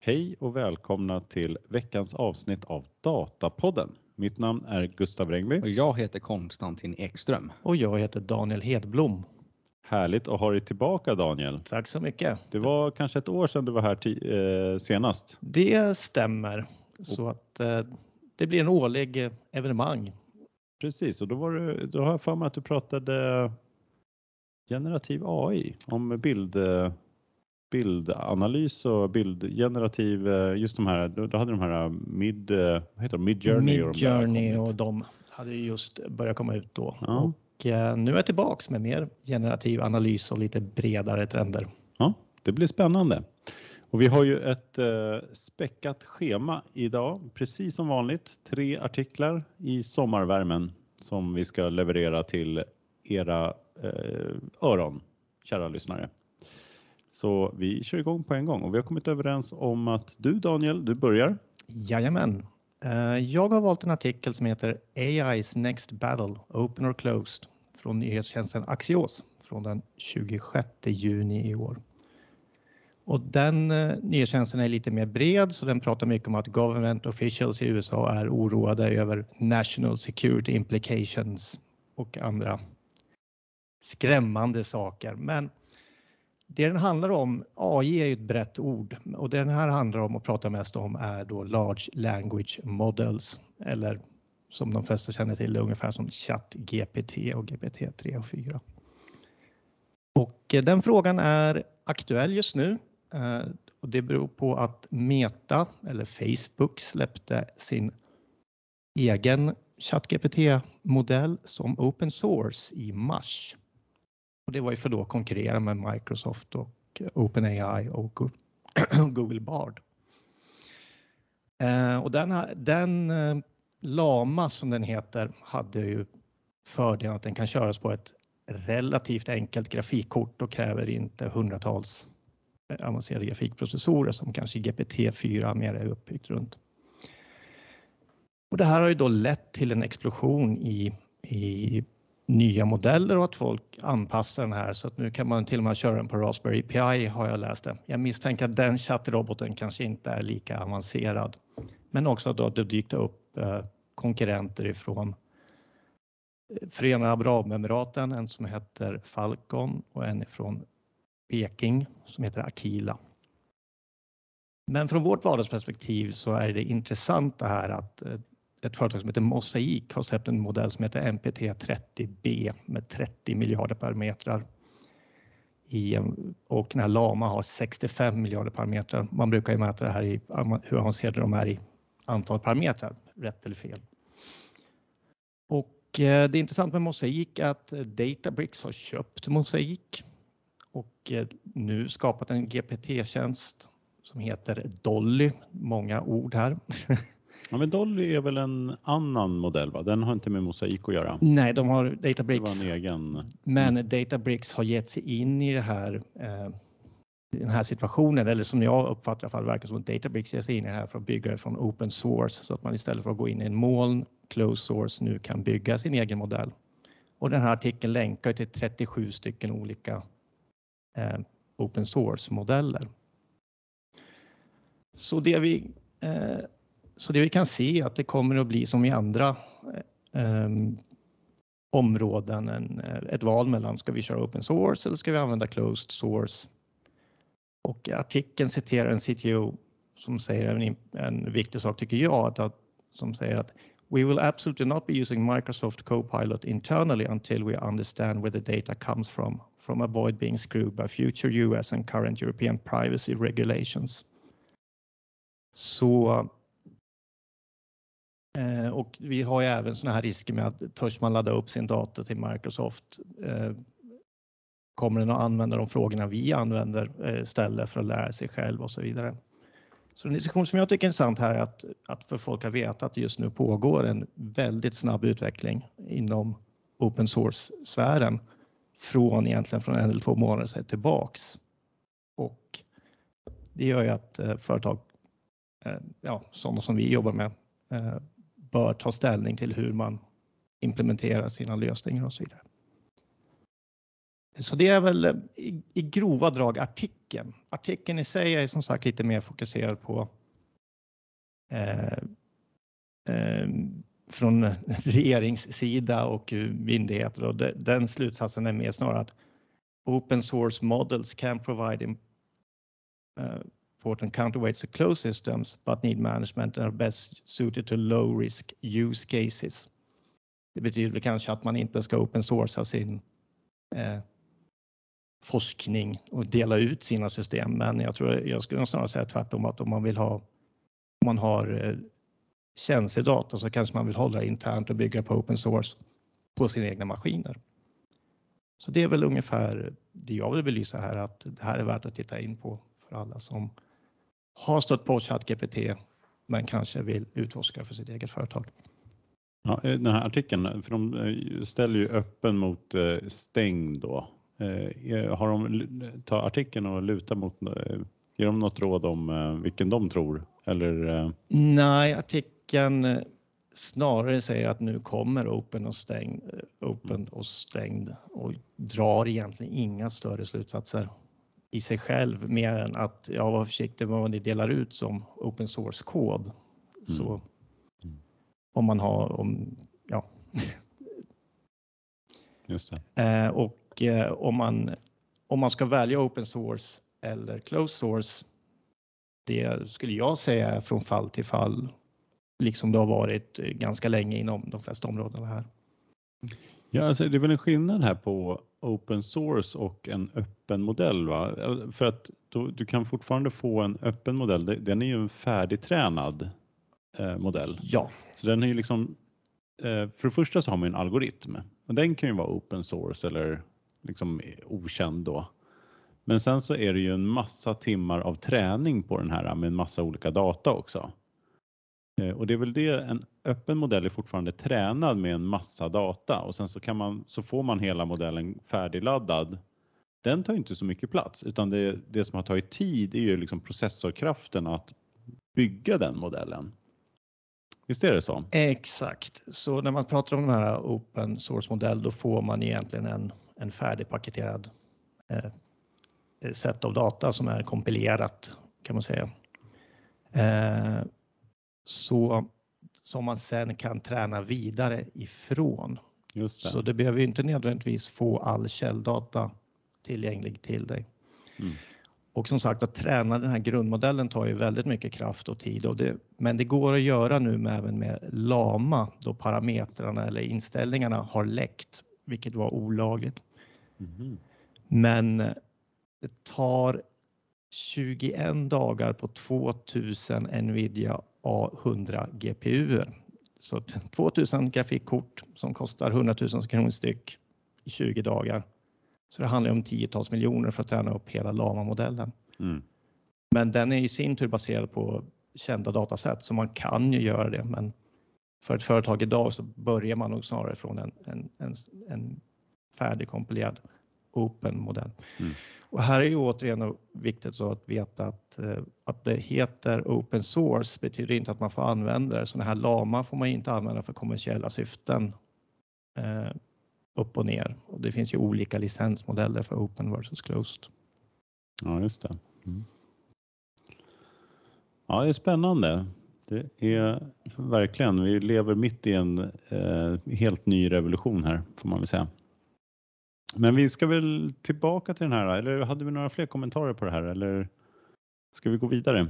Hej och välkomna till veckans avsnitt av Datapodden. Mitt namn är Gustav Rengby. Och jag heter Konstantin Ekström. Och jag heter Daniel Hedblom. Härligt att ha dig tillbaka, Daniel. Tack så mycket. Det var kanske ett år sedan du var här senast. Det stämmer. Så att det blir en årlig evenemang. Precis, och då har jag för mig att du pratade generativ AI om bildanalys och bildgenerativ, just de här, då hade de här Midjourney och de hade just börjat komma ut då. Ja. Och nu är jag tillbaks med mer generativ analys och lite bredare trender. Ja, det blir spännande. Och vi har ju ett späckat schema idag, precis som vanligt. 3 artiklar i sommarvärmen som vi ska leverera till era öron, kära lyssnare. Så vi kör igång på en gång och vi har kommit överens om att du, Daniel, du börjar. Jajamän. Jag har valt en artikel som heter AI's Next Battle, Open or Closed, från nyhetstjänsten Axios från den 26 juni i år. Och den nyhetstjänsten är lite mer bred, så den pratar mycket om att government officials i USA är oroade över national security implications och andra skrämmande saker. Men det den handlar om, AI är ju ett brett ord, och det den här handlar om och pratar mest om är då large language models, eller som de flesta känner till det ungefär som ChatGPT och GPT-3 och 4. Och den frågan är aktuell just nu, och det beror på att Meta eller Facebook släppte sin egen ChatGPT-modell som open source i mars. Och det var ju för då konkurrera med Microsoft och OpenAI och Google Bard. Och den Llama som den heter hade ju fördelen att den kan köras på ett relativt enkelt grafikkort och kräver inte hundratals avancerade grafikprocessorer som kanske GPT-4 mer är uppbyggt runt. Och det här har ju då lett till en explosion i nya modeller och att folk anpassar den här, så att nu kan man till och med köra den på Raspberry Pi, har jag läst det. Jag misstänker att den chattroboten kanske inte är lika avancerad. Men också då det dykt upp konkurrenter ifrån Förenade Arabemiraten, en som heter Falcon och en ifrån Peking som heter Aquila. Men från vårt vardagsperspektiv så är det intressant det här att ett företag som heter Mosaic har släppt en modell som heter MPT-30B med 30 miljarder parametrar. Och den här Llama har 65 miljarder parametrar. Man brukar ju mäta det här i hur avancerade de är i antal parametrar, rätt eller fel. Och det är intressant med Mosaic att Databricks har köpt Mosaic och nu skapat en GPT-tjänst som heter Dolly. Många ord här. Ja, men Dolly är väl en annan modell, va? Den har inte med Mosaic att göra. Nej, de har Databricks. Det var en egen. Men Databricks har gett sig in i det här, den här situationen, eller som jag uppfattar i alla fall verkar som att Databricks ger sig in i det här för att bygga det från open source, så att man istället för att gå in i en moln, closed source, nu kan bygga sin egen modell. Och den här artikeln länkar till 37 stycken olika open source modeller. Så det vi kan se är att det kommer att bli som i andra områden ett val mellan ska vi köra open source eller ska vi använda closed source. Och artikeln citerar en CTO som säger en viktig sak tycker jag, som säger att we will absolutely not be using Microsoft Copilot internally until we understand where the data comes from avoid being screwed by future US and current European privacy regulations. Så och vi har ju även såna här risker med att törs man ladda upp sin data till Microsoft, kommer den att använda de frågorna vi använder istället för att lära sig själv och så vidare. Så en diskussion som jag tycker är intressant här är att för folk har vetat att det just nu pågår en väldigt snabb utveckling inom open source-sfären egentligen från 1 eller 2 månader sedan tillbaks. Och det gör ju att företag, sådana som vi jobbar med, bör ta ställning till hur man implementerar sina lösningar och så vidare. Så det är väl i grova drag artikeln. Artikeln i sig är som sagt lite mer fokuserad på från regeringssida och myndigheter, och den slutsatsen är mer snarare att open source models can provide important counterweights to closed systems but need management and are best suited to low risk use cases. Det betyder kanske att man inte ska open sourca sin forskning och dela ut sina system, men jag skulle snarare säga tvärtom, att om man har känslig data så kanske man vill hålla internt och bygga på open source på sina egna maskiner. Så det är väl ungefär det jag vill belysa här, att det här är värt att titta in på för alla som har stött på ChatGPT men kanske vill utforska för sitt eget företag. Ja, den här artikeln, för de ställer ju öppen mot stängd då. Har de tar artikeln och lutar mot, ger de något råd om vilken de tror? Eller? Nej, artikeln snarare säger att nu kommer open och stängd och drar egentligen inga större slutsatser i sig själv, mer än att var försiktig med vad ni delar ut som open source kod. Så om man har Just det. Och om man ska välja open source eller closed source, det skulle jag säga från fall till fall, liksom det har varit ganska länge inom de flesta områden här. Ja, alltså det är väl en skillnad här på open source och en öppen modell, va? För att du kan fortfarande få en öppen modell. Den är ju en färdigtränad modell. Ja. Så den är ju liksom, för det första så har man en algoritm. Och den kan ju vara open source eller liksom okänd då. Men sen så är det ju en massa timmar av träning på den här med en massa olika data också. Och det är väl det, en öppen modell är fortfarande tränad med en massa data och sen så får man hela modellen färdigladdad. Den tar inte så mycket plats, utan det som har tagit tid är ju liksom processorkraften att bygga den modellen. Visst är det så? Exakt. Så när man pratar om den här open source modell, då får man egentligen en färdigpaketerad sätt av data som är kompilerat, kan man säga. Så som man sen kan träna vidare ifrån. Just det. Så det behöver ju inte nödvändigtvis få all källdata tillgänglig till dig. Och som sagt, att träna den här grundmodellen tar ju väldigt mycket kraft och tid. Men det går att göra nu även med Llama, då parametrarna eller inställningarna har läckt, vilket var olagligt. Men det tar 21 dagar på 2000 Nvidia A100 GPUer. Så 2000 grafikkort som kostar 100 000 kronor styck i 20 dagar. Så det handlar om tiotals miljoner för att träna upp hela Llama-modellen. Men den är i sin tur baserad på kända datasätt, så man kan ju göra det. Men för ett företag idag så börjar man nog snarare från en färdigkompilerad open-modell. Och här är ju återigen viktigt så att veta att det heter open source betyder inte att man får använda det. Så den här Llama får man inte använda för kommersiella syften upp och ner. Och det finns ju olika licensmodeller för open versus closed. Ja, just det. Ja, det är spännande. Det är verkligen, vi lever mitt i en helt ny revolution här, får man väl säga. Men vi ska väl tillbaka till den här, eller hade vi några fler kommentarer på det här, eller ska vi gå vidare?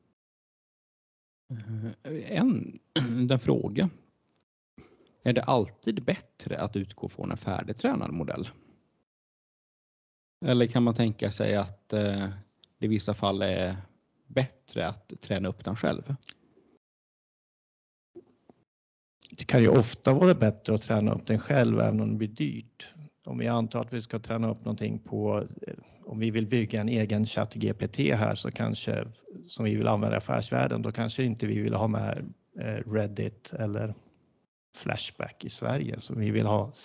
Den fråga. Är det alltid bättre att utgå från en färdigtränad modell? Eller kan man tänka sig att det i vissa fall är bättre att träna upp den själv? Det kan ju ofta vara bättre att träna upp den själv även om det blir dyrt. Om vi antar att vi ska träna upp någonting på, om vi vill bygga en egen ChatGPT här, så kanske, som vi vill använda i affärsvärlden, då kanske inte vi vill ha med Reddit eller Flashback i Sverige. Så vi vill ha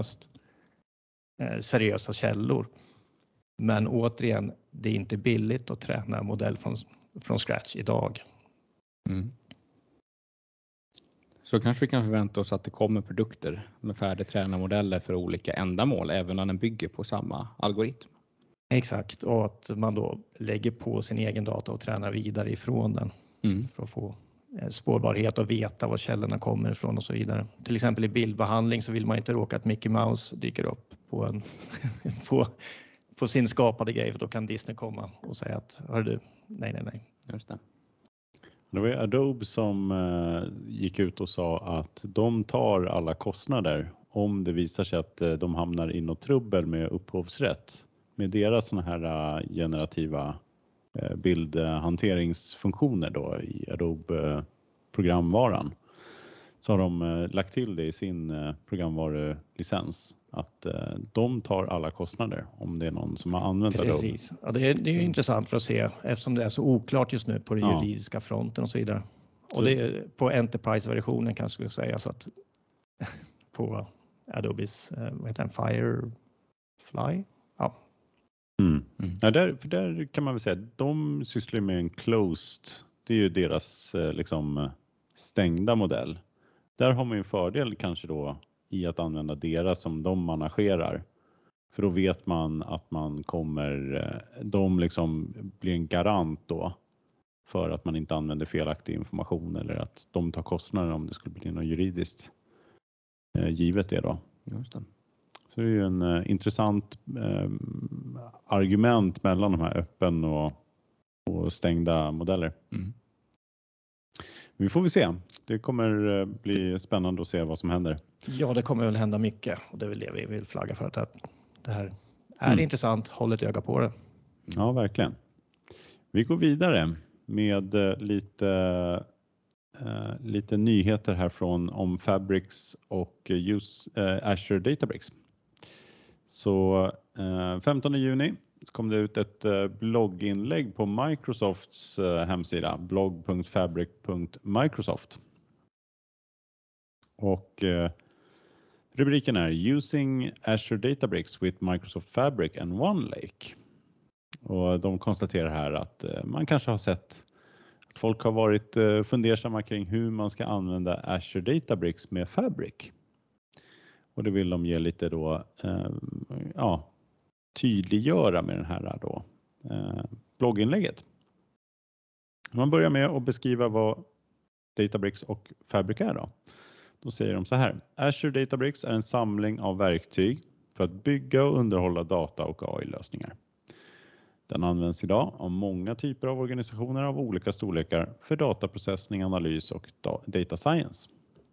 seriösa källor. Men återigen, det är inte billigt att träna en modell från scratch idag. Så kanske vi kan förvänta oss att det kommer produkter med färdigtränade modeller för olika ändamål, även om den bygger på samma algoritm. Exakt, och att man då lägger på sin egen data och tränar vidare ifrån den för att få spårbarhet och veta var källorna kommer ifrån och så vidare. Till exempel i bildbehandling så vill man inte råka att Mickey Mouse dyker upp på en på sin skapade grej, för då kan Disney komma och säga att hör du, nej. Just det. Det var Adobe som gick ut och sa att de tar alla kostnader om det visar sig att de hamnar i något trubbel med upphovsrätt. Med deras såna här generativa bildhanteringsfunktioner då i Adobe programvaran. Så har de lagt till det i sin programvarulicens att de tar alla kostnader om det är någon som har använt Adobe. Precis. Ja, det är ju intressant för att se, eftersom det är så oklart just nu på den juridiska fronten och så vidare. Och det är på Enterprise-versionen kanske vi säga, så att på Adobes vad heter den, Firefly. Ja. Ja, där kan man väl säga att de sysslar med en closed, det är ju deras liksom stängda modell. Där har man ju en fördel kanske då i att använda deras som de managerar. För då vet man att man kommer, de liksom blir en garant då för att man inte använder felaktig information eller att de tar kostnader om det skulle bli något juridiskt givet det då. Just det. Så det är ju en intressant argument mellan de här öppen och stängda modeller. Vi får väl se. Det kommer bli spännande att se vad som händer. Ja, det kommer väl hända mycket och det är väl det vi vill flagga för, att det här är intressant. Håll ett öga på det. Ja, verkligen. Vi går vidare med lite nyheter härifrån om Fabrics och Azure Databricks. Så 15 juni kom det ut ett blogginlägg på Microsofts hemsida, blog.fabric.microsoft. Och rubriken är Using Azure Databricks with Microsoft Fabric and OneLake. Och de konstaterar här att man kanske har sett att folk har varit fundersamma kring hur man ska använda Azure Databricks med Fabric. Och det vill de ge lite då, tydliggöra med den här då, blogginlägget. Man börjar med att beskriva vad Databricks och Fabric är då. Då säger de så här: Azure Databricks är en samling av verktyg för att bygga och underhålla data och AI-lösningar. Den används idag av många typer av organisationer av olika storlekar för dataprocessning, analys och data science.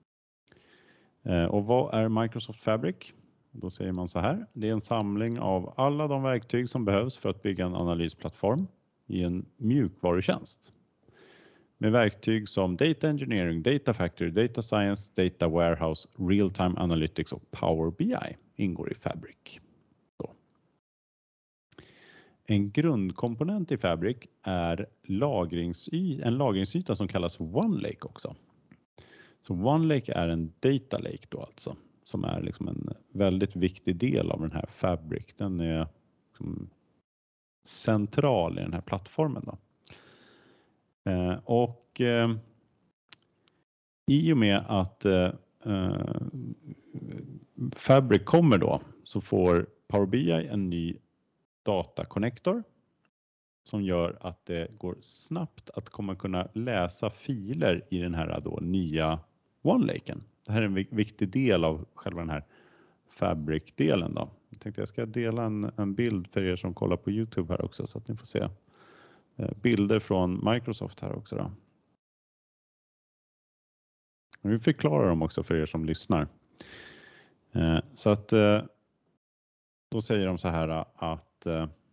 Och vad är Microsoft Fabric? Då säger man så här: det är en samling av alla de verktyg som behövs för att bygga en analysplattform i en mjukvarutjänst. Med verktyg som Data Engineering, Data Factory, Data Science, Data Warehouse, Real-Time Analytics och Power BI ingår i Fabric. Så. En grundkomponent i Fabric är en lagringsyta som kallas OneLake också. Så OneLake är en data lake då alltså, som är liksom en väldigt viktig del av den här Fabric. Den är liksom central i den här plattformen då. Och i och med att Fabric kommer då, så får Power BI en ny datakonnektor som gör att det går snabbt att kunna läsa filer i den här då nya OneLaken. Det här är en viktig del av själva den här Fabric-delen då. Jag tänkte jag ska dela en bild för er som kollar på YouTube här också, så att ni får se bilder från Microsoft här också då. Och vi förklarar dem också för er som lyssnar. Så att då säger de så här att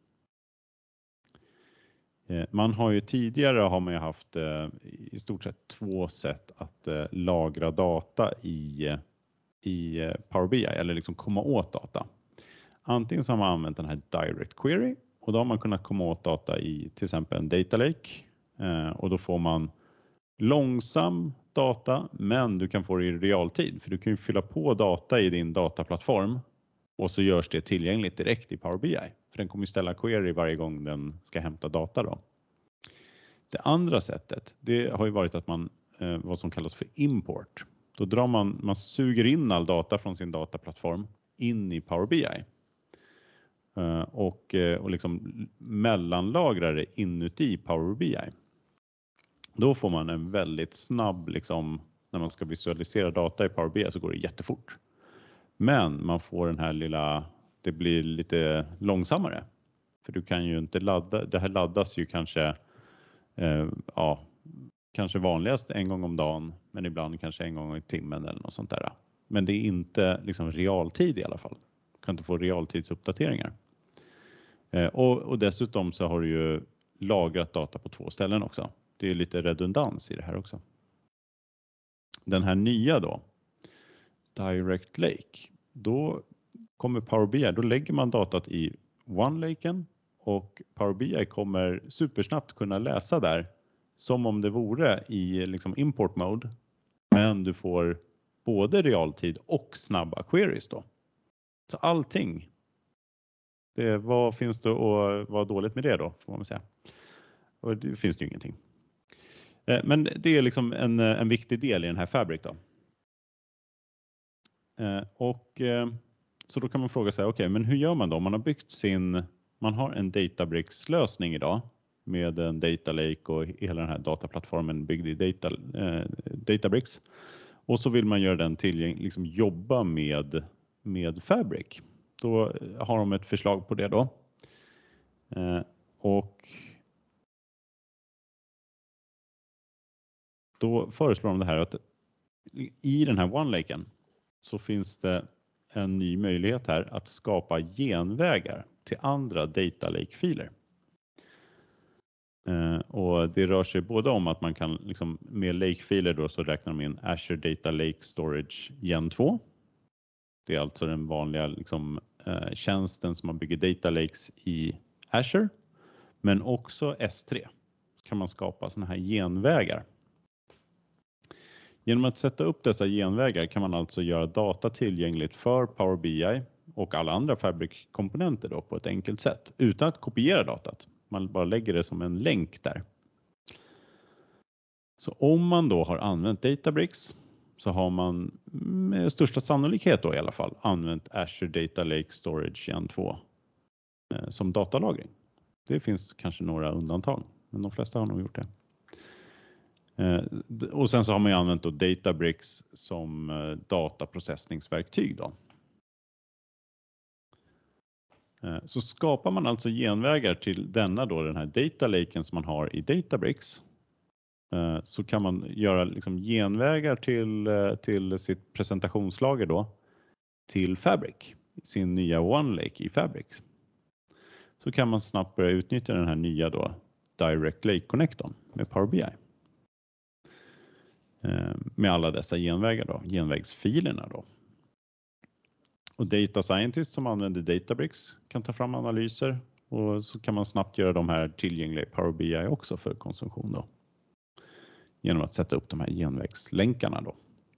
man har ju tidigare haft i stort sett två sätt att lagra data i Power BI, eller liksom komma åt data. Antingen så har man använt den här Direct Query, och då har man kunnat komma åt data i till exempel en Data Lake, och då får man långsam data, men du kan få det i realtid, för du kan ju fylla på data i din dataplattform och så görs det tillgängligt direkt i Power BI, för den kommer ju ställa query varje gång den ska hämta data då. Det andra sättet, det har ju varit att man vad som kallas för import. Då drar man suger in all data från sin dataplattform in i Power BI. Och liksom mellanlagrar det inuti Power BI. Då får man en väldigt snabb, liksom, när man ska visualisera data i Power BI så går det jättefort. Men man får den här lilla, det blir lite långsammare. För du kan ju inte ladda, det här laddas ju kanske, kanske vanligast en gång om dagen, men ibland kanske en gång i timmen eller något sånt där. Men det är inte liksom realtid i alla fall. Du kan inte få realtidsuppdateringar. Och dessutom så har du ju lagrat data på 2 ställen också. Det är lite redundans i det här också. Den här nya då, Direct Lake, då kommer Power BI, då lägger man datat i OneLaken och Power BI kommer supersnabbt kunna läsa där som om det vore i liksom import mode. Men du får både realtid och snabba queries då. Så allting. Vad finns det att vara dåligt med det då, får man säga. Och det finns det ju ingenting. Men det är liksom en viktig del i den här Fabric då. Så då kan man fråga sig, okej, men hur gör man då? Man har byggt man har en Databricks-lösning idag med en Data Lake och hela den här dataplattformen byggd i Databricks. Och så vill man göra den tillgänglig, liksom jobba med Fabric. Då har de ett förslag på det då. Och då föreslår de det här att i den här OneLaken så finns det en ny möjlighet här att skapa genvägar till andra Data Lake-filer. Och det rör sig både om att man kan liksom, med Lake-filer då så räknar de in Azure Data Lake Storage Gen 2. Det är alltså den vanliga liksom, tjänsten som man bygger Data Lakes i Azure. Men också S3 kan man skapa såna här genvägar. Genom att sätta upp dessa genvägar kan man alltså göra data tillgängligt för Power BI och alla andra Fabric-komponenter då på ett enkelt sätt utan att kopiera datat. Man bara lägger det som en länk där. Så om man då har använt Databricks så har man med största sannolikhet då i alla fall använt Azure Data Lake Storage Gen 2 som datalagring. Det finns kanske några undantag, men de flesta har nog gjort det. Och sen så har man ju använt då Databricks som dataprocessningsverktyg då. Så skapar man alltså genvägar till denna då, den här Data Laken som man har i Databricks, så kan man göra liksom genvägar till sitt presentationslager då till Fabric, sin nya OneLake i Fabric. Så kan man snabbt börja utnyttja den här nya då Direct Lake-connectorn med Power BI. Med alla dessa genvägar då, genvägsfilerna då. Och Data Scientist som använder Databricks kan ta fram analyser och så kan man snabbt göra de här tillgängliga i Power BI också för konsumtion då. Genom att sätta upp de här genvägslänkarna då.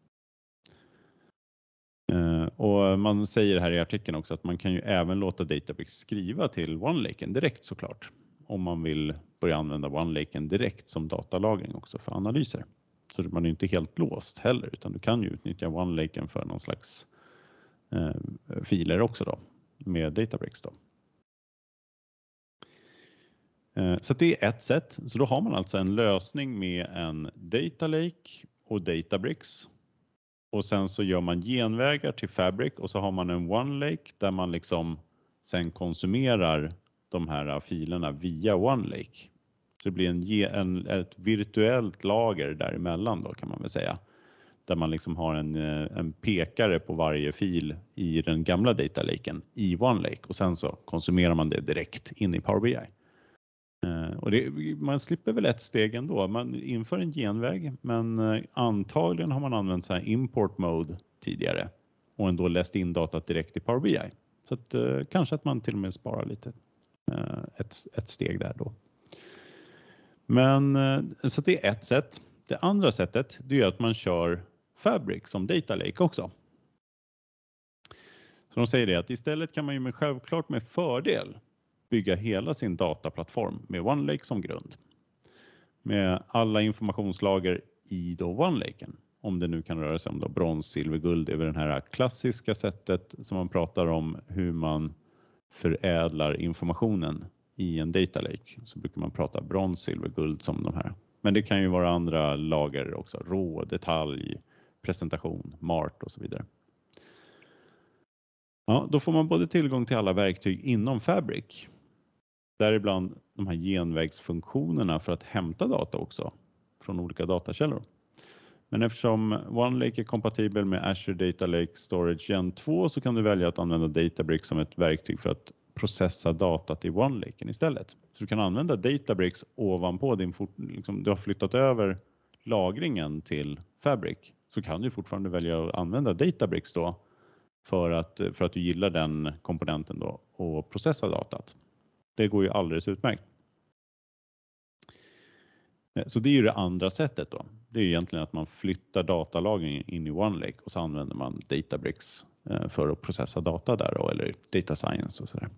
Och man säger här i artikeln också att man kan ju även låta Databricks skriva till OneLaken direkt såklart. Om man vill börja använda OneLaken direkt som datalagring också för analyser. Så man är inte helt låst heller utan du kan ju utnyttja OneLaken för någon slags filer också då med Databricks då. Så det är ett sätt. Så då har man alltså en lösning med en Data Lake och Databricks. Och sen så gör man genvägar till Fabric och så har man en OneLake där man liksom sen konsumerar de här filerna via OneLake. Så det blir ett virtuellt lager däremellan då kan man väl säga. Där man liksom har en pekare på varje fil i den gamla Data Laken i OneLake och sen så konsumerar man det direkt in i Power BI. Och man slipper väl ett steg ändå. Man inför en genväg men antagligen har man använt så här import mode tidigare och ändå läst in datat direkt i Power BI. Så att, kanske att man till och med sparar lite ett steg där då. Men så det är ett sätt. Det andra sättet det är att man kör Fabric som Data Lake också. Så de säger det att istället kan man ju självklart med fördel bygga hela sin dataplattform med OneLake som grund. Med alla informationslager i då OneLaken. om det nu kan röra sig om då brons, silver, guld, är väl det här klassiska sättet som man pratar om hur man förädlar informationen i en data lake. Så brukar man prata brons, silver, guld som de här. Men det kan ju vara andra lager också, rå, detalj, presentation, mart och så vidare. Ja, då får man både tillgång till alla verktyg inom Fabric. Däribland de här genvägsfunktionerna för att hämta data också från olika datakällor. Men eftersom OneLake är kompatibel med Azure Data Lake Storage Gen 2 så kan du välja att använda Databricks som ett verktyg för att processa datat i OneLake istället. Så du kan använda Databricks ovanpå du har flyttat över lagringen till Fabric, så kan du fortfarande välja att använda Databricks då för att du gillar den komponenten då och processa datat. Det går ju alldeles utmärkt. Så det är ju det andra sättet då. Det är ju egentligen att man flyttar datalagringen in i OneLake och så använder man Databricks för att processa data där då, eller data science och sådär.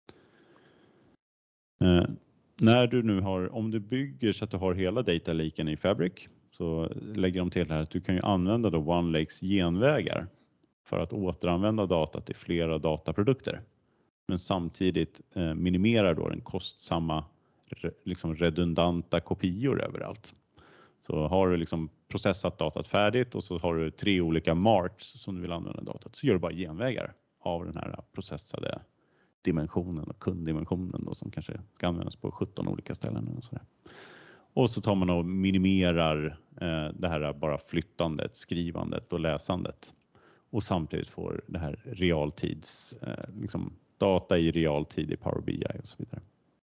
När du nu om du bygger så att du har hela datalaken i Fabric, så lägger de till här att du kan ju använda då OneLakes genvägar för att återanvända data till flera dataprodukter. Men samtidigt minimerar då den kostsamma liksom redundanta kopior överallt. Så har du liksom processat datat färdigt och så har du 3 olika marts som du vill använda datat, så gör du bara genvägar av den här processade dimensionen och kunddimensionen då, som kanske ska användas på 17 olika ställen och sådär. Och så tar man och minimerar det här bara flyttandet, skrivandet och läsandet. Och samtidigt får det här realtids liksom data i realtid i Power BI och så vidare.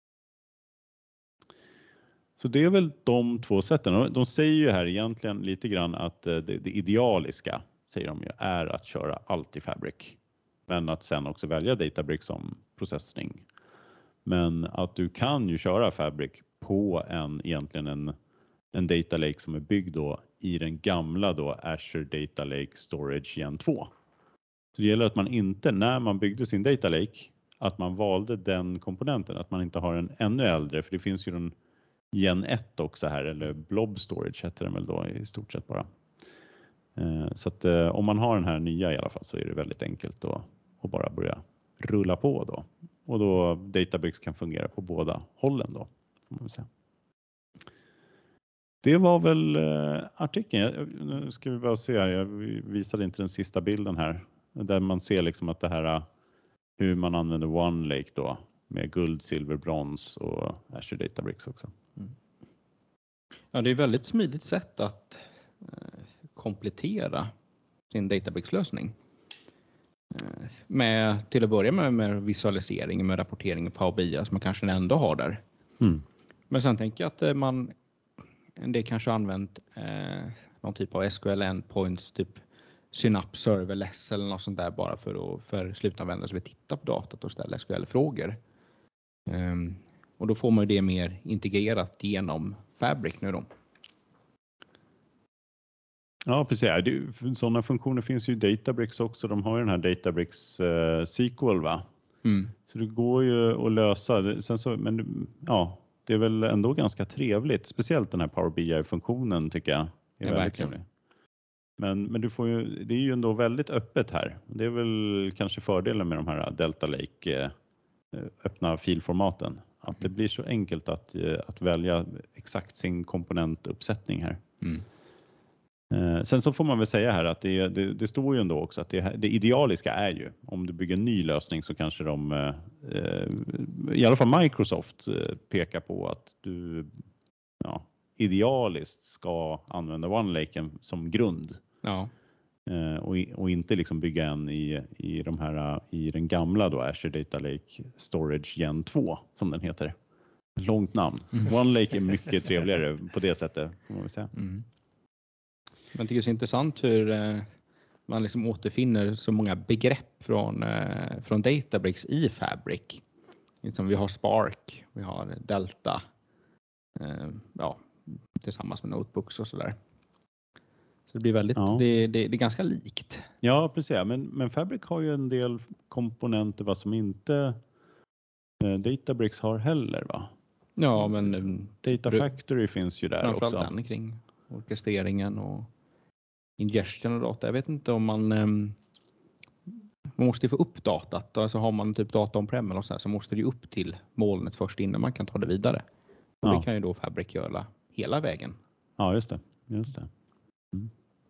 Så det är väl de 2 sätten. De säger ju här egentligen lite grann att det idealiska, säger de ju, är att köra allt i Fabric. Men att sen också välja Databricks som processning. Men att du kan ju köra Fabric på egentligen en data lake som är byggd då i den gamla då Azure Data Lake Storage Gen 2. Så det gäller att man inte, när man byggde sin data lake, att man valde den komponenten, att man inte har en ännu äldre, för det finns ju en Gen 1 också här, eller Blob Storage heter den väl då i stort sett bara. Så att om man har den här nya i alla fall, så är det väldigt enkelt då att bara börja rulla på då. Och då Databricks kan fungera på båda hållen då, får man väl säga. Det var väl artikeln. Nu ska vi bara se här, jag visade inte den sista bilden här, där man ser liksom att det här hur man använder OneLake då med guld, silver, brons och Azure Databricks också. Ja, det är ett väldigt smidigt sätt att komplettera sin Databricks-lösning. Till att börja med visualisering, med rapportering och Power BI som man kanske ändå har där. Mm. Men sen tänker jag att det kanske använt någon typ av SQL endpoints, typ Synapse serverless eller något sånt där, bara för slutanvändare som vill titta på datat och ställa SQL-frågor. Och då får man det mer integrerat genom Fabric nu då. Ja, precis. Sådana funktioner finns ju i Databricks också. De har ju den här Databricks SQL, va? Mm. Så det går ju att lösa. Sen så, men ja, det är väl ändå ganska trevligt. Speciellt den här Power BI-funktionen tycker jag är väldigt trevlig. Men du får ju, det är ju ändå väldigt öppet här. Det är väl kanske fördelen med de här Delta Lake öppna filformaten. Att det blir så enkelt att välja exakt sin komponentuppsättning här. Mm. Sen så får man väl säga här att det står ju ändå också att det idealiska är ju, om du bygger en ny lösning så kanske i alla fall Microsoft pekar på att du idealiskt ska använda OneLake som grund. Ja. Och inte liksom bygga en i den gamla då Azure Data Lake Storage Gen 2 som den heter. Långt namn. OneLake är mycket trevligare på det sättet, får man väl säga. Mm. Jag tycker det är så intressant hur man liksom återfinner så många begrepp från Databricks i Fabric. Liksom vi har Spark, vi har Delta, tillsammans med notebooks och sådär. Så det blir väldigt, det är ganska likt. Ja, precis. Men Fabric har ju en del komponenter som inte Databricks har heller, va? Ja, men Data Factory finns ju där också. Framförallt den kring orkestreringen och ingestion av data. Jag vet inte om man måste få upp datat. Alltså har man typ data on-prem eller så måste det ju upp till molnet först innan man kan ta det vidare. Och det kan ju då Fabric göra hela vägen. Ja, just det. Mm.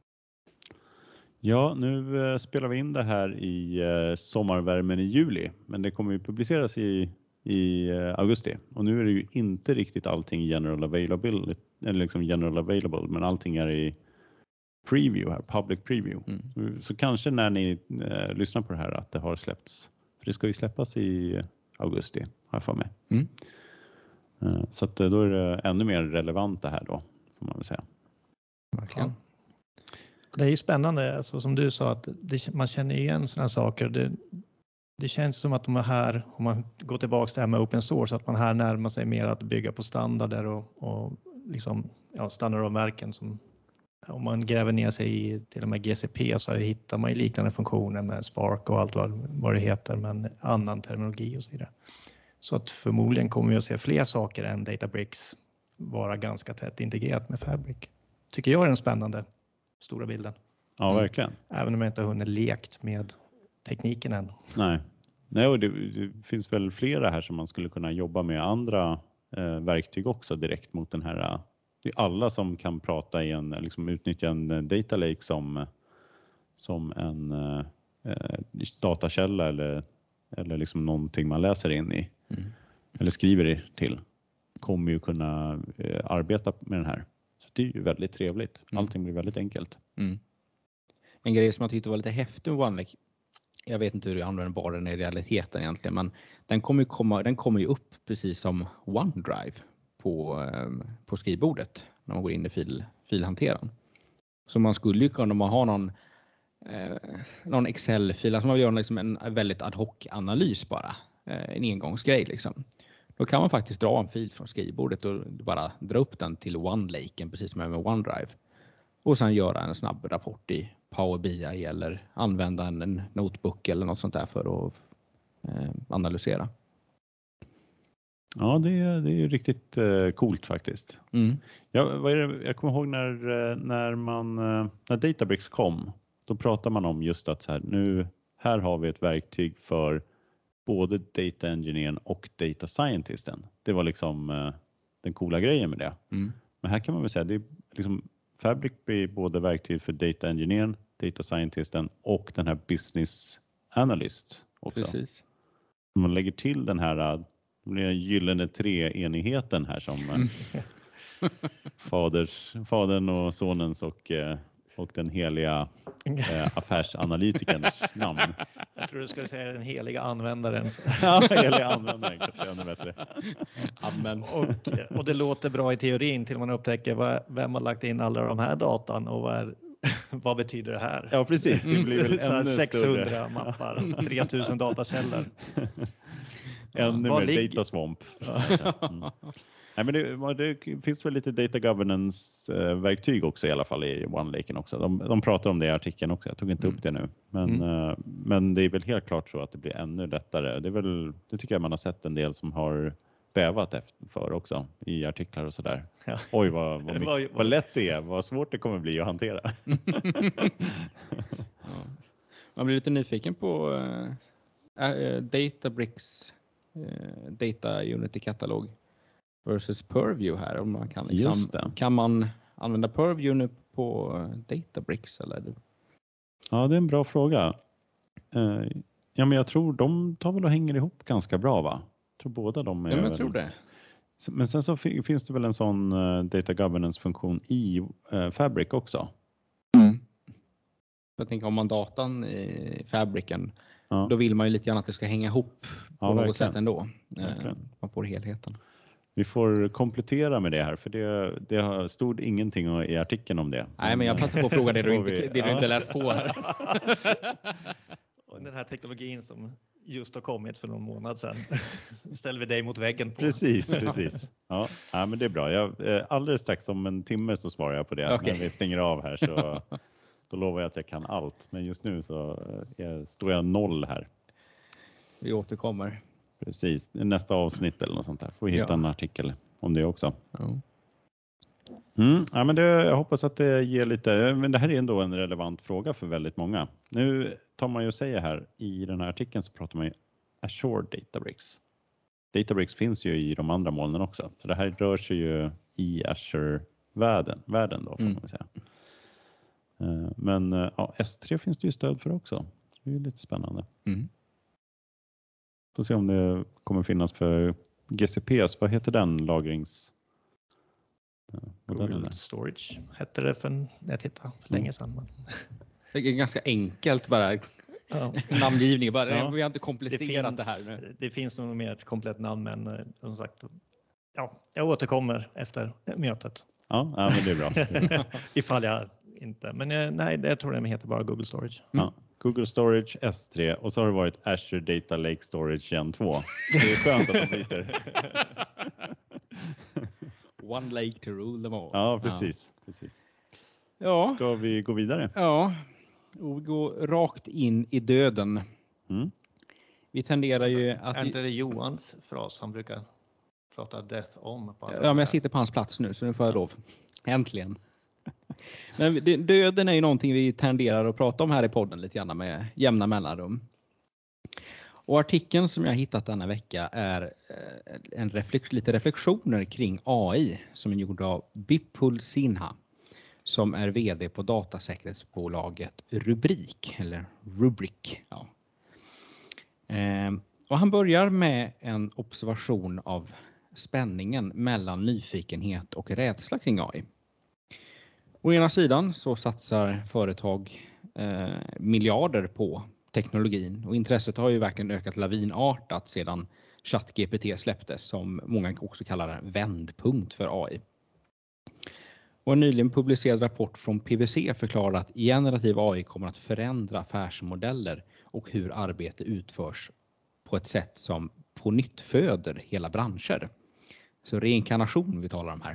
Ja, nu spelar vi in det här i sommarvärmen i juli, men det kommer ju publiceras i augusti. Och nu är det ju inte riktigt allting general available, eller liksom general available, men allting är i preview här, public preview. Så kanske när ni lyssnar på det här att det har släppts. För det ska ju släppas i augusti, har jag för mig. Så att då är det ännu mer relevant det här då, får man väl säga. Verkligen. Ja. Det är ju spännande, alltså, som du sa, att man känner igen sådana saker. Det känns som att de är här, om man går tillbaka till det här med open source, att man här närmar sig mer att bygga på standarder och liksom, standardavmärken. Som, om man gräver ner sig i till och med GCP så hittar man ju liknande funktioner med Spark och allt vad det heter, men annan terminologi och så vidare. Så att förmodligen kommer vi att se fler saker än Databricks vara ganska tätt integrerat med Fabric. Tycker jag är den spännande stora bilden. Ja, verkligen. Även om jag inte har hunnit lekt med tekniken än. Nej, och det finns väl flera här som man skulle kunna jobba med andra verktyg också direkt mot den här. Det är alla som kan prata i liksom utnyttja en data lake som en datakälla eller liksom någonting man läser in i eller skriver till, kommer ju kunna arbeta med den här. Så det är ju väldigt trevligt. Allting blir väldigt enkelt. En grej som jag tyckte var lite häftig med OneLake, jag vet inte hur användbar den är i realiteten egentligen, men den kommer ju upp precis som OneDrive på skrivbordet när man går in i filhanteraren. Så man skulle ju kunna, om man har någon Excel-fil, alltså man vill göra liksom en väldigt ad hoc-analys bara, en engångsgrej liksom. Då kan man faktiskt dra en fil från skrivbordet och bara dra upp den till OneLaken, precis som med OneDrive. Och sen göra en snabb rapport i Power BI eller använda en notebook eller något sånt där för att analysera. Ja, det är ju riktigt coolt faktiskt. Ja, jag kommer ihåg när Databricks kom, då pratade man om just att här har vi ett verktyg för både data engineern och data scientisten. Det var liksom den coola grejen med det. Men här kan man väl säga det är liksom Fabric blir både verktyg för data engineern, data scientisten och den här business analyst också. Precis. Man lägger till den här gyllene treenigheten här som fadern och sonens och den heliga affärsanalytikerns namn. Jag tror du skulle säga den heliga användaren. Ja, heliga användaren kanske ännu bättre. Amen. Och det låter bra i teorin till man upptäcker vem har lagt in alla de här datan och vad betyder det här? Ja, precis. Det blir väl ännu 600 större. mappar, 3000 datakällor. Ännu mer data swamp. Nej, men det finns väl lite data governance-verktyg också i alla fall i OneLaken också. De pratar om det i artikeln också. Jag tog inte upp det nu. Men det är väl helt klart så att det blir ännu lättare. Det tycker jag man har sett en del som har bävat för också i artiklar och sådär. Ja. Oj, vad lätt det är. Vad svårt det kommer bli att hantera. Ja. Man blir lite nyfiken på Databricks Data Unity-katalog versus Purview här. Om man kan man använda Purview nu på Databricks eller? Ja, det är en bra fråga. Ja, men jag tror de tar väl och hänger ihop ganska bra, va? Jag tror båda de är. Ja, men jag tror det. Men sen så finns det väl en sån data governance-funktion i Fabric också. Jag tänker om man datan i Fabricen, då vill man ju lite grann att det ska hänga ihop på något sätt ändå. Man får helheten. Vi får komplettera med det här, för det stod ingenting i artikeln om det. Nej, men jag passar på att fråga det du inte läst på här. Den här teknologin som just har kommit för någon månad sedan ställer vi dig mot väggen på. Precis. Ja, men det är bra. Alldeles strax om en timme så svarar jag på det. Okay. När vi stänger av här så då lovar jag att jag kan allt. Men just nu så står jag 0 här. Vi återkommer. Precis, nästa avsnitt eller något sånt där. Får vi hitta en artikel om det också. Ja. Ja, men jag hoppas att det ger lite, men det här är ändå en relevant fråga för väldigt många. Nu tar man ju och säger här i den här artikeln så pratar man ju Azure Databricks. Databricks finns ju i de andra molnen också, så det här rör sig ju i Azure-världen då får man säga. Men ja, S3 finns det ju stöd för också. Det är ju lite spännande. Får se om det kommer finnas för GCPs. Vad heter den lagrings? Google Storage hette det för länge sedan. Det är ganska enkelt bara. Namngivning. Bara, vi har inte komplicerat det här nu. Det finns nog mer ett komplett namn, men som sagt, jag återkommer efter mötet. Ja, men det är bra. Ifall jag inte. Men nej, jag tror det heter bara Google Storage. Ja, Google Storage S3 och så har det varit Azure Data Lake Storage Gen 2. Det är skönt att de byter. One lake to rule them all. Ja, precis. Ja. Ska vi gå vidare? Ja, och vi går rakt in i döden. Vi tenderar ju att... Är inte det Johans fras? Han brukar prata death om. Ja, men jag sitter på hans plats nu så nu får jag lov. Äntligen. Men döden är ju någonting vi tenderar att prata om här i podden lite grann med jämna mellanrum. Och artikeln som jag hittat denna vecka är lite reflektioner kring AI som är gjord av Bipul Sinha som är vd på datasäkerhetsbolaget Rubrik. Ja. Och han börjar med en observation av spänningen mellan nyfikenhet och rädsla kring AI. Å ena sidan så satsar företag miljarder på teknologin och intresset har ju verkligen ökat lavinartat sedan ChatGPT släpptes som många också kallar en vändpunkt för AI. Och en nyligen publicerad rapport från PwC förklarar att generativ AI kommer att förändra affärsmodeller och hur arbete utförs på ett sätt som på nytt föder hela branscher. Så reinkarnation vi talar om här.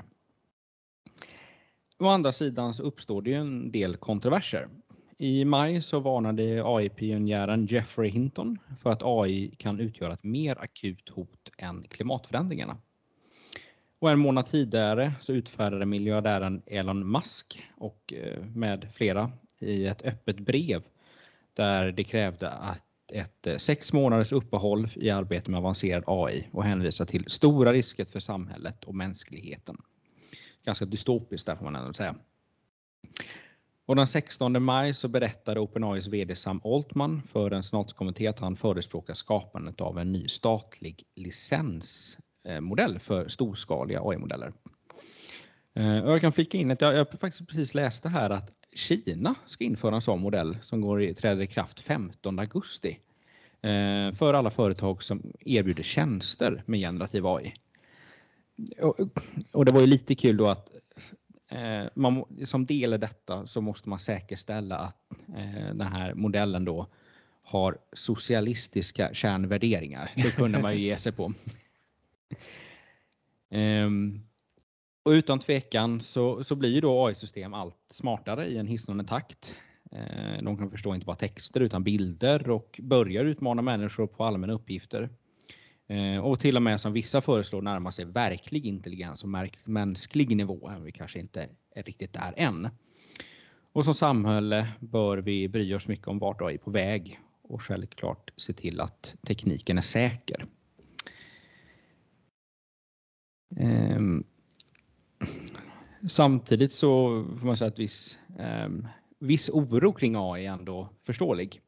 Å andra sidan så uppstår det ju en del kontroverser. I maj så varnade AI-pionjären Geoffrey Hinton för att AI kan utgöra ett mer akut hot än klimatförändringarna. Och en månad tidigare så utfärdade miljardären Elon Musk och med flera i ett öppet brev där det krävde att ett 6 månaders uppehåll i arbete med avancerad AI och hänvisar till stora risker för samhället och mänskligheten. Ganska dystopiskt där får man ändå säga. Och den 16 maj så berättade OpenAIs vd Sam Altman för en senatskommitté att han förespråkar skapandet av en ny statlig licensmodell för storskaliga AI-modeller. Och jag kan flika in att jag faktiskt precis läste här att Kina ska införa en sån modell som träder i kraft 15 augusti för alla företag som erbjuder tjänster med generativ AI. Och det var ju lite kul då att man, som del i detta så måste man säkerställa att den här modellen då har socialistiska kärnvärderingar. Det kunde man ju ge sig på. Och utan tvekan så blir ju då AI-system allt smartare i en hisnande takt. De kan förstå inte bara texter utan bilder och börjar utmana människor på allmänna uppgifter. Och till och med som vissa föreslår närmar sig verklig intelligens och mänsklig nivå. Vi kanske inte är riktigt där än. Och som samhälle bör vi bry oss mycket om vart AI är på väg och självklart se till att tekniken är säker. Samtidigt så får man säga att viss oro kring AI är ändå förståelig.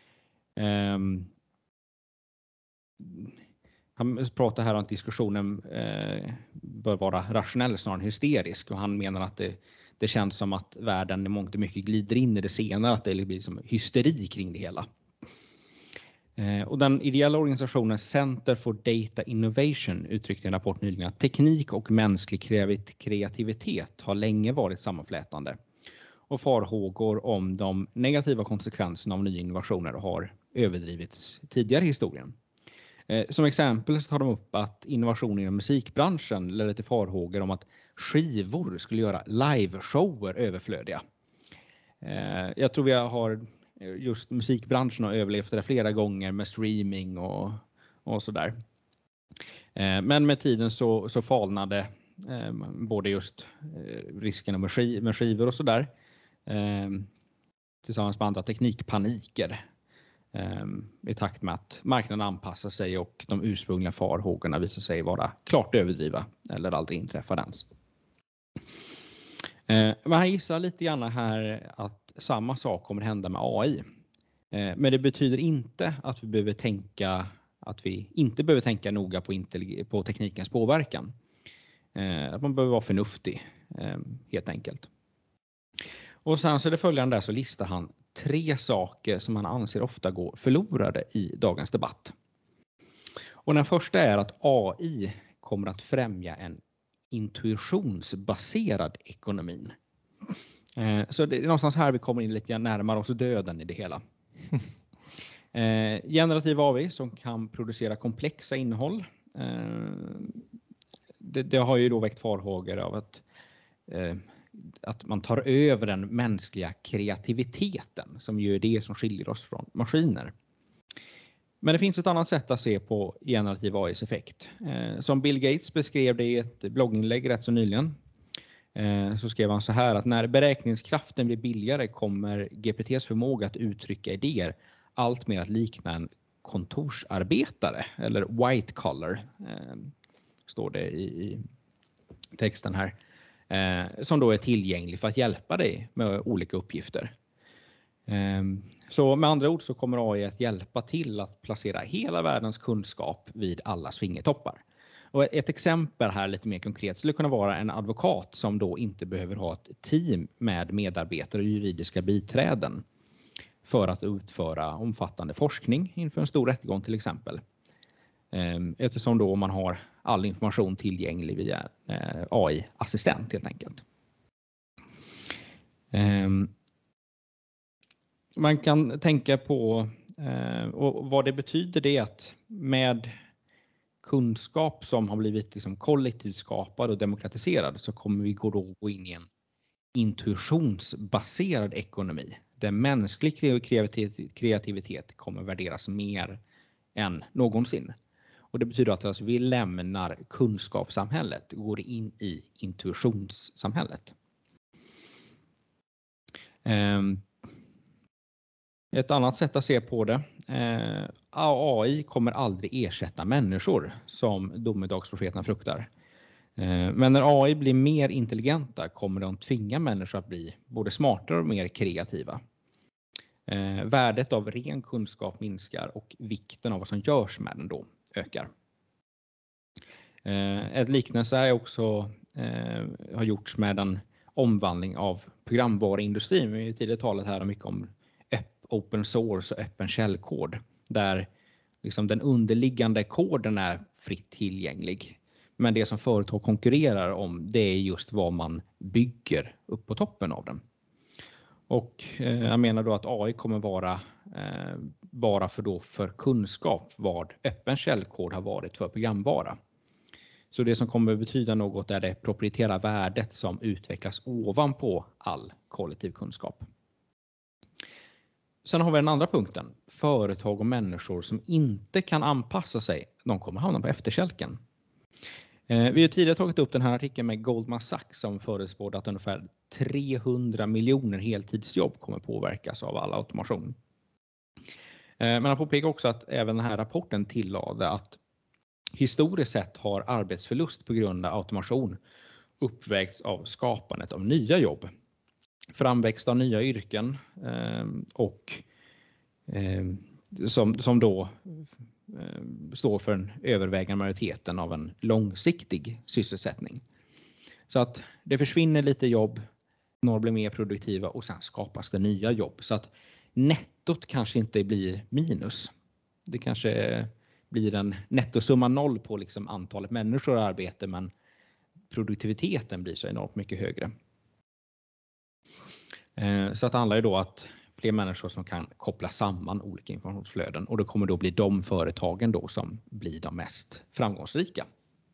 Han pratar här om att diskussionen bör vara rationell snarare än hysterisk och han menar att det känns som att världen i mångt och mycket glider in i det senare, att det blir som hysteri kring det hela. Och den ideella organisationen Center for Data Innovation uttryckte i en rapport nyligen att teknik och mänsklig kreativitet har länge varit sammanflätande. Och farhågor om de negativa konsekvenserna av nya innovationer har överdrivits tidigare i historien. Som exempel så tar de upp att innovationer inom musikbranschen ledde till farhågor om att skivor skulle göra liveshower överflödiga. Jag tror vi har just musikbranschen har överlevt det flera gånger med streaming och sådär. Men med tiden så falnade Både just riskerna med skivor och sådär. Tillsammans med andra teknikpaniker. I takt med att marknaden anpassar sig och de ursprungliga farhågorna visar sig vara klart överdriva eller aldrig inträffar ens. Man gissar lite grann här att samma sak kommer hända med AI. Men det betyder inte att vi inte behöver tänka noga på teknikens påverkan. Att man behöver vara förnuftig, helt enkelt. Och sen så är det följande där, så listar han 3 saker som han anser ofta går förlorade i dagens debatt. Och den första är att AI kommer att främja en intuitionsbaserad ekonomi. Så det är någonstans här vi kommer in lite närmare oss döden i det hela. Generativ AI som kan producera komplexa innehåll. Det har ju då väckt farhågor av att man tar över den mänskliga kreativiteten, som ju är det som skiljer oss från maskiner. Men det finns ett annat sätt att se på generativ AIs effekt. Som Bill Gates beskrev det i ett blogginlägg rätt så nyligen. Så skrev han så här att när beräkningskraften blir billigare kommer GPTs förmåga att uttrycka idéer allt mer att likna en kontorsarbetare eller white collar, står det i texten här, som då är tillgänglig för att hjälpa dig med olika uppgifter. Så med andra ord så kommer AI att hjälpa till att placera hela världens kunskap vid allas fingertoppar. Och ett exempel här lite mer konkret skulle kunna vara en advokat som då inte behöver ha ett team med medarbetare och juridiska biträden för att utföra omfattande forskning inför en stor rättegång till exempel. Eftersom då man har all information tillgänglig via AI-assistent helt enkelt. Man kan tänka på och vad det betyder, det att med kunskap som har blivit liksom kollektivt skapad och demokratiserad så kommer vi gå in i en intuitionsbaserad ekonomi där mänsklig kreativitet kommer värderas mer än någonsin. Och det betyder att alltså vi lämnar kunskapssamhället och går in i intuitionssamhället. Ett annat sätt att se på det. AI kommer aldrig ersätta människor som domedagsprofeterna fruktar. Men när AI blir mer intelligenta kommer de tvinga människor att bli både smartare och mer kreativa. Värdet av ren kunskap minskar och vikten av vad som görs med den då ökar. Ett liknelse är också har gjorts med en omvandling av programvaruindustrin. Vi har ju tidigare talat här mycket om open source och öppen källkod där liksom den underliggande koden är fritt tillgänglig. Men det som företag konkurrerar om, det är just vad man bygger upp på toppen av den. Och jag menar då att AI kommer vara bara för kunskap vad öppen källkod har varit för programvara. Så det som kommer betyda något är det proprietära värdet som utvecklas ovanpå all kollektiv kunskap. Sen har vi den andra punkten. Företag och människor som inte kan anpassa sig, de kommer hamna på efterkälken. Vi har tidigare tagit upp den här artikeln med Goldman Sachs som förutspådde att ungefär 300 miljoner heltidsjobb kommer påverkas av all automation. Men han påpekar också att även den här rapporten tillade att historiskt sett har arbetsförlust på grund av automation uppvägts av skapandet av nya jobb. Framväxt av nya yrken och som då står för en övervägande majoriteten av en långsiktig sysselsättning. Så att det försvinner lite jobb, några blir mer produktiva och sen skapas det nya jobb. Så att nettot kanske inte blir minus. Det kanske blir en nettosumma 0 på liksom antalet människor i arbete, men produktiviteten blir så enormt mycket högre. Så att det handlar ju då att fler människor som kan koppla samman olika informationsflöden och det kommer då bli de företagen då som blir de mest framgångsrika.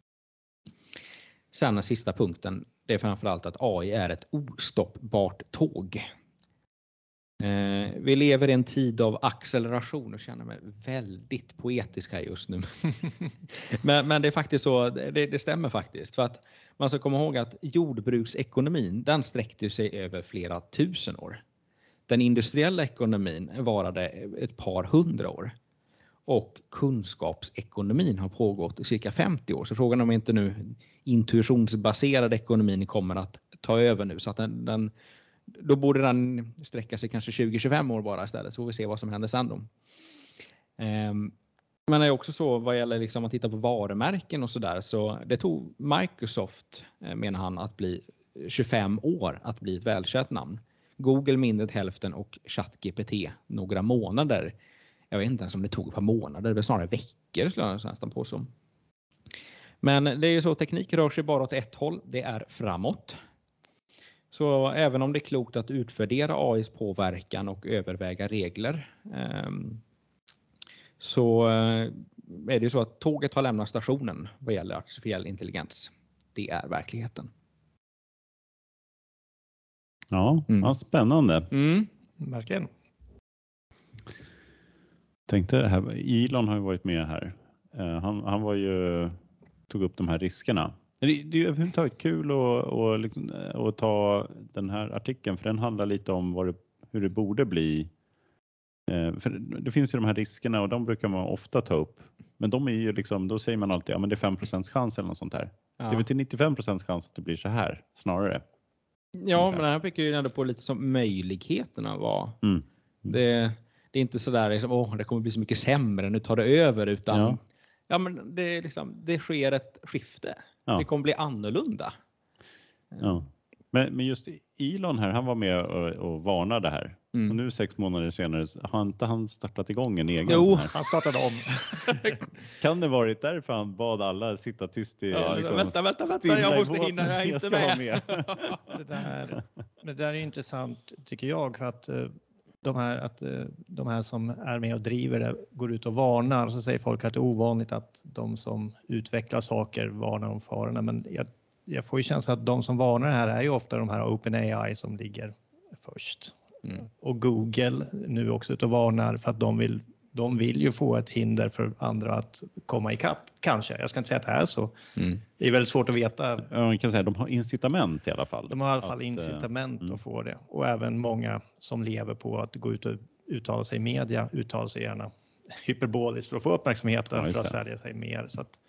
Sen den sista punkten, det är framförallt att AI är ett ostoppbart tåg. Vi lever i en tid av acceleration och känner mig väldigt poetisk här just nu. men det är faktiskt så, det stämmer faktiskt. För att man ska komma ihåg att jordbruksekonomin, den sträckte sig över flera tusen år. Den industriella ekonomin varade ett par hundra år. Och kunskapsekonomin har pågått i cirka 50 år. Så frågan om inte nu intuitionsbaserad ekonomin kommer att ta över nu. Så att då borde den sträcka sig kanske 20-25 år bara istället. Så får vi se vad som händer sen då. Men det är också så vad gäller liksom att titta på varumärken och sådär. Så det tog Microsoft, menar han, att bli 25 år att bli ett välkänt namn. Google mindre än hälften och ChatGPT några månader. Jag vet inte ens om det tog ett par månader. Det var snarare veckor skulle jag nästan på så. Men det är ju så, teknik rör sig bara åt ett håll. Det är framåt. Så även om det är klokt att utvärdera AIs påverkan och överväga regler, så är det ju så att tåget har lämnat stationen vad gäller artificiell intelligens. Det är verkligheten. Ja, ja, spännande. Verkligen. Tänkte här, Elon har ju varit med här. Han var ju, tog upp de här riskerna. Det är ju överhuvudtaget kul att ta den här artikeln, för den handlar lite om hur det borde bli. För det finns ju de här riskerna och de brukar man ofta ta upp. Men de är ju liksom, då säger man alltid, ja men det är 5% chans eller något sånt här. Ja. Det är väl till 95% chans att det blir så här snarare. Ja, men det här pekar ju ändå på lite som möjligheterna var. Det är inte så där liksom, det kommer bli så mycket sämre, nu tar det över, utan men det är liksom, det sker ett skifte. Ja. Det kommer bli annorlunda. Ja. Men just Elon här, han var med och varnade här. Och nu 6 månader senare har inte han startat igång en egen? Jo, han startade om. Kan det varit därför han bad alla sitta tyst i... liksom, vänta, jag måste hinna, jag är inte med. Det där är intressant tycker jag, för att de här som är med och driver det går ut och varnar, och så säger folk att det är ovanligt att de som utvecklar saker varnar om farorna, men jag får ju känsla att de som varnar det här är ju ofta de här OpenAI som ligger först. Och Google nu också ut och varnar för att de vill ju få ett hinder för andra att komma ikapp. Kanske, jag ska inte säga att det är så. Det är väldigt svårt att veta. Ja, man kan säga att de har incitament i alla fall. De har i alla fall incitament att få det. Och även många som lever på att gå ut och uttala sig i media, uttala sig gärna hyperboliskt för att få uppmärksamheten, för att sälja sig mer. Så att,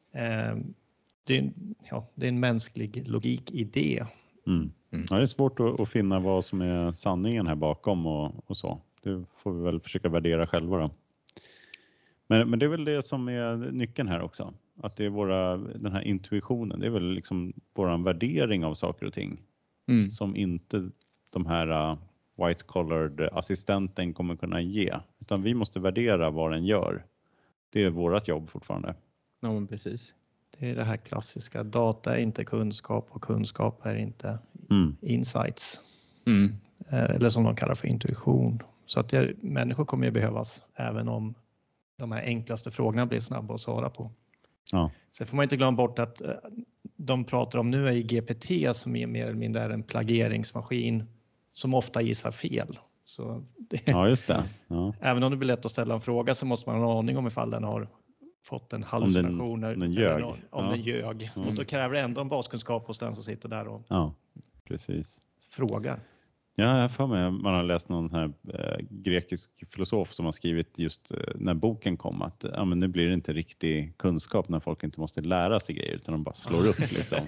det är en mänsklig logik i det. Ja, det är svårt att finna vad som är sanningen här bakom och så. Det får vi väl försöka värdera själva då. Men det är väl det som är nyckeln här också. Att det är den här intuitionen. Det är väl liksom våran värdering av saker och ting. Som inte de här white-collared assistenten kommer kunna ge. Utan vi måste värdera vad den gör. Det är vårat jobb fortfarande. Ja, men precis. Det är det här klassiska. Data är inte kunskap och kunskap är inte insights. Eller som de kallar för intuition. Så att människor kommer ju behövas även om de här enklaste frågorna blir snabba att svara på. Ja. Sen får man inte glömma bort att de pratar om nu är GPT som är mer eller mindre en plageringsmaskin som ofta gissar fel. Så ja, just det. Ja. Även om det blir lätt att ställa en fråga så måste man ha en aning om ifall den har fått en hallucination. Om den ljög. Den ljög. Och då kräver det ändå en baskunskap hos den som sitter där och precis. frågar. Ja, jag får med. Man har läst någon här grekisk filosof som har skrivit just när boken kom att men nu blir det inte riktig kunskap när folk inte måste lära sig grejer utan de bara slår upp liksom.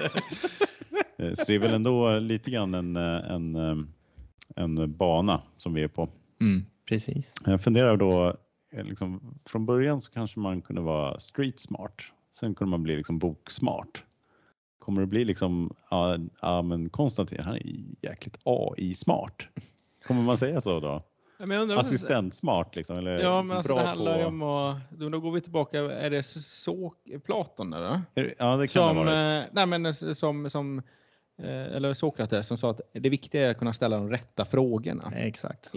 Så det är väl ändå lite grann en bana som vi är på. Precis. Jag funderar då liksom, från början så kanske man kunde vara street smart. Sen kunde man bli liksom boksmart. Kommer det bli liksom, men Konstantin, han är jäkligt AI-smart. Kommer man säga så då? Ja, men assistent-smart liksom? Eller ja, men alltså det handlar ju om att, då går vi tillbaka, är det Platon eller? Ja, det kan det vara. Nej, men som eller Sokrates som sa att det viktiga är att kunna ställa de rätta frågorna. Exakt.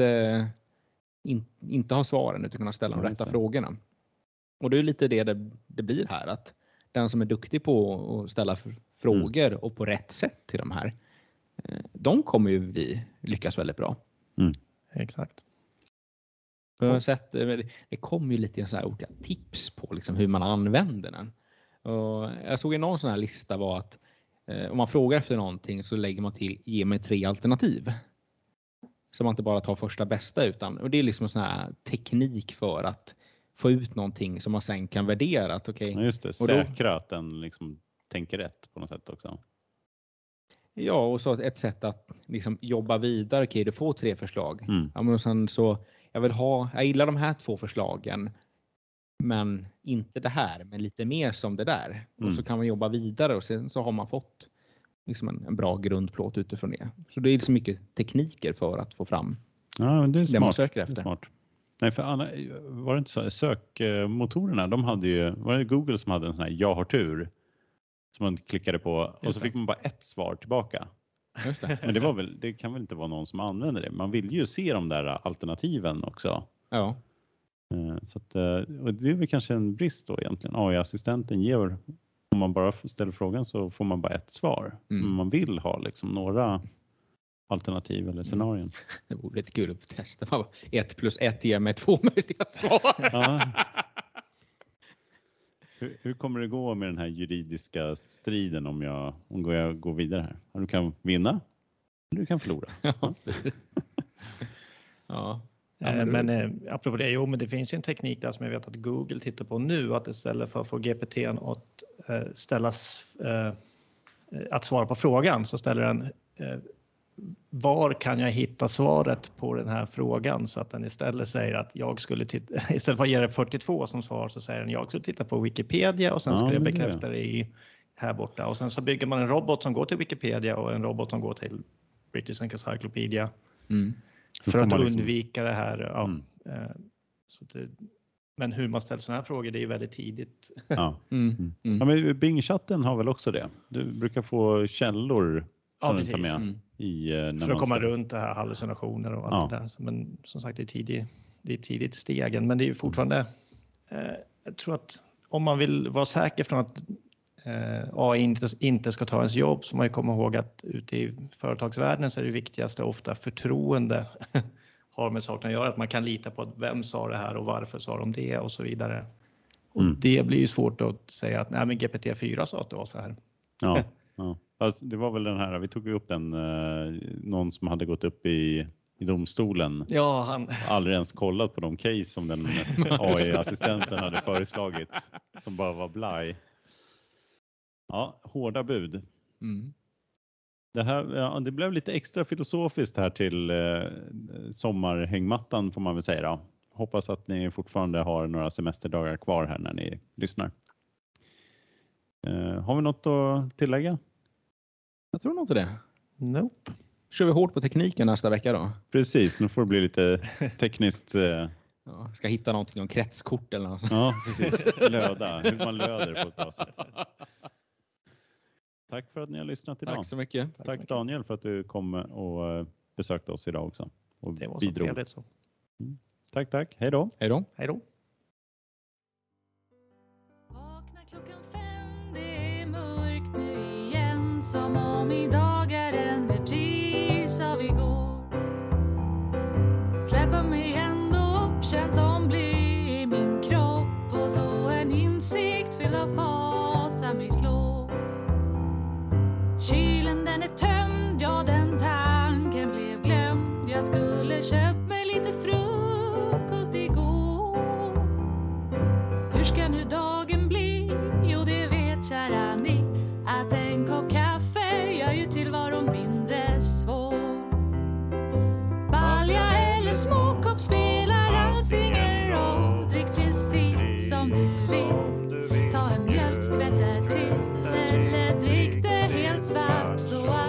Inte ha svaren utan kunna ställa de rätta frågorna. Och det är lite det blir här, att den som är duktig på att ställa frågor och på rätt sätt till de här, de kommer ju vi lyckas väldigt bra. Exakt. Jag har sett, det kom ju lite så här olika tips på liksom hur man använder den. Och jag såg i någon sån här lista var att om man frågar efter någonting så lägger man till ge mig 3 alternativ. Så man inte bara tar första bästa utan, och det är liksom en sån här teknik för att få ut någonting som man sen kan värdera. Att, okay, ja, just det, säkra att den liksom tänker rätt på något sätt också. Ja, och så ett sätt att liksom jobba vidare. Okej, du får 3 förslag. Ja, men sen så, jag gillar de här 2 förslagen. Men inte det här, men lite mer som det där. Och så kan man jobba vidare och sen så har man fått liksom en bra grundplåt utifrån det. Så det är så mycket tekniker för att få fram det man söker efter. Det är smart. Nej, för Anna, var det inte så? Sökmotorerna, de hade ju, var det Google som hade en sån här jag har tur som man klickade på och så fick man bara ett svar tillbaka. Just det. Men det kan väl inte vara någon som använder det. Man vill ju se de där alternativen också. Ja. Så att, och det är väl kanske en brist då egentligen. AI-assistenten ger, om man bara ställer frågan så får man bara ett svar. Men man vill ha liksom några alternativ eller scenarion. Det vore lite kul att testa. 1 + 1 ger mig 2 möjliga svar. Ja. Hur kommer det gå med den här juridiska striden om jag går vidare här? Du kan vinna eller du kan förlora. Ja. Men apropå det, men det finns ju en teknik där som jag vet att Google tittar på nu, att istället för att få GPT:n att att svara på frågan så ställer den var kan jag hitta svaret på den här frågan, så att den istället säger att jag skulle istället för att ge det 42 som svar så säger den jag skulle titta på Wikipedia och sen skulle jag bekräfta det här borta, och sen så bygger man en robot som går till Wikipedia och en robot som går till British Encyclopedia. För att undvika det här. Så men hur man ställer sådana här frågor, det är väldigt tidigt. Ja. Ja, men Bing-chatten har väl också det. Du brukar få källor som du tar med för att komma runt det här hallucinationer och allt det där. Men som sagt, det är tidigt stegen. Men det är ju fortfarande, jag tror att om man vill vara säker från att AI inte ska ta ens jobb, så man ju kommer ihåg att ute i företagsvärlden så är det viktigaste ofta förtroende har med saken att göra. Att man kan lita på att vem sa det här och varför sa de det och så vidare. Och det blir ju svårt att säga att nej, men GPT-4 sa att det var så här. Ja. Alltså, det var väl den här, vi tog ju upp någon som hade gått upp i domstolen. Ja, han aldrig ens kollat på de case som den AI-assistenten hade föreslagit. Som bara var blaj. Ja, hårda bud. Det blev lite extra filosofiskt här till sommarhängmattan får man väl säga då. Hoppas att ni fortfarande har några semesterdagar kvar här när ni lyssnar. Har vi något att tillägga? Jag tror nog inte det. Nope. Kör vi hårt på tekniken nästa vecka då? Precis, nu får det bli lite tekniskt. Ska hitta någonting om kretskort eller något. Ja, precis. Löda. Hur man löder på ett bra sätt. Tack för att ni har lyssnat idag. Tack så mycket. Tack Daniel för att du kom och besökte oss idag också. Och det var bidrog. Så trevligt så. Tack. Hej då. Hej då. Vakna 5:00, det är mörkt nu igen, som om idag är en repris av igår. Släppa mig ändå upp, känns som bly i min kropp, och så en insikt fylld av fasa mig slår. Kylen den är tömd, ja den tanken blev glömd. Jag skulle köpt mig lite frukost igår. Hur ska nu dagen bli? Jo, det vet kära ni, att en kopp kaffe gör ju tillvaron mindre svår. Balja eller småkopp spelar alls ingen roll. Drick precis som du vill. Ta en mjölkskvätt där till, eller drick det helt svart så